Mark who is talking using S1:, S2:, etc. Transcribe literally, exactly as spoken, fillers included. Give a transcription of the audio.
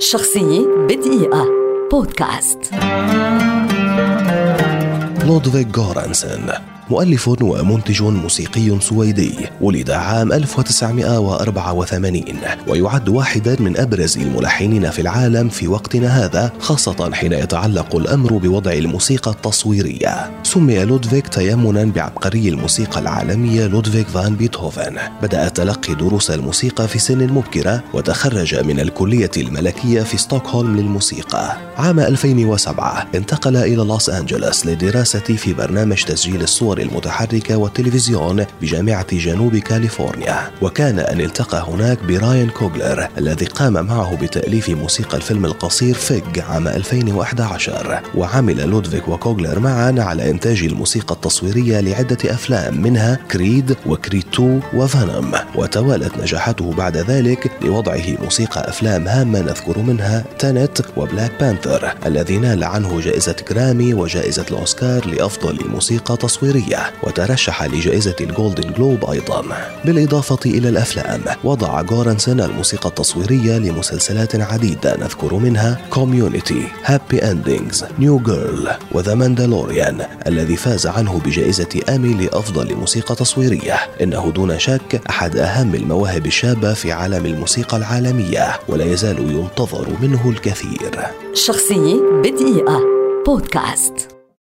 S1: شخصية بدقيقة بودكاست.
S2: لودفيغ غورانسن مؤلف ومنتج موسيقي سويدي، ولد عام ألف وتسعمائة وأربعة وثمانين، ويعد واحدا من أبرز الملحنين في العالم في وقتنا هذا، خاصة حين يتعلق الأمر بوضع الموسيقى التصويرية. سمي لودفيغ تيمنا بعبقري الموسيقى العالمية لودفيغ فان بيتهوفن. بدأ تلقي دروس الموسيقى في سن مبكرة، وتخرج من الكلية الملكية في ستوكهولم للموسيقى. عام ألفين وسبعة انتقل إلى لوس أنجلوس للدراسة في برنامج تسجيل الصور المتحركة والتلفزيون بجامعة جنوب كاليفورنيا، وكان أن التقى هناك براين كوغلر الذي قام معه بتأليف موسيقى الفيلم القصير فيج عام ألفين وأحد عشر. وعمل لودفيغ وكوغلر معا على إنتاج الموسيقى التصويرية لعدة أفلام، منها كريد وكريد تو وفانوم، وتوالت نجاحاته بعد ذلك لوضعه موسيقى أفلام هامة نذكر منها تانت وبلاك بانثر الذي نال عنه جائزة جرامي وجائزة الأوسكار لأفضل موسيقى تصويرية، وترشح لجائزة الجولدن جلوب أيضا. بالإضافة إلى الأفلام، وضع غورانسن الموسيقى التصويرية لمسلسلات عديدة نذكر منها كوميونيتي، هابي اندينجز، نيو جيرل، وذا ماندالوريان الذي فاز عنه بجائزة آمي لأفضل موسيقى تصويرية. إنه دون شك أحد أهم المواهب الشابة في عالم الموسيقى العالمية، ولا يزال ينتظر منه الكثير.
S1: شخصية بدقيقة بودكاست.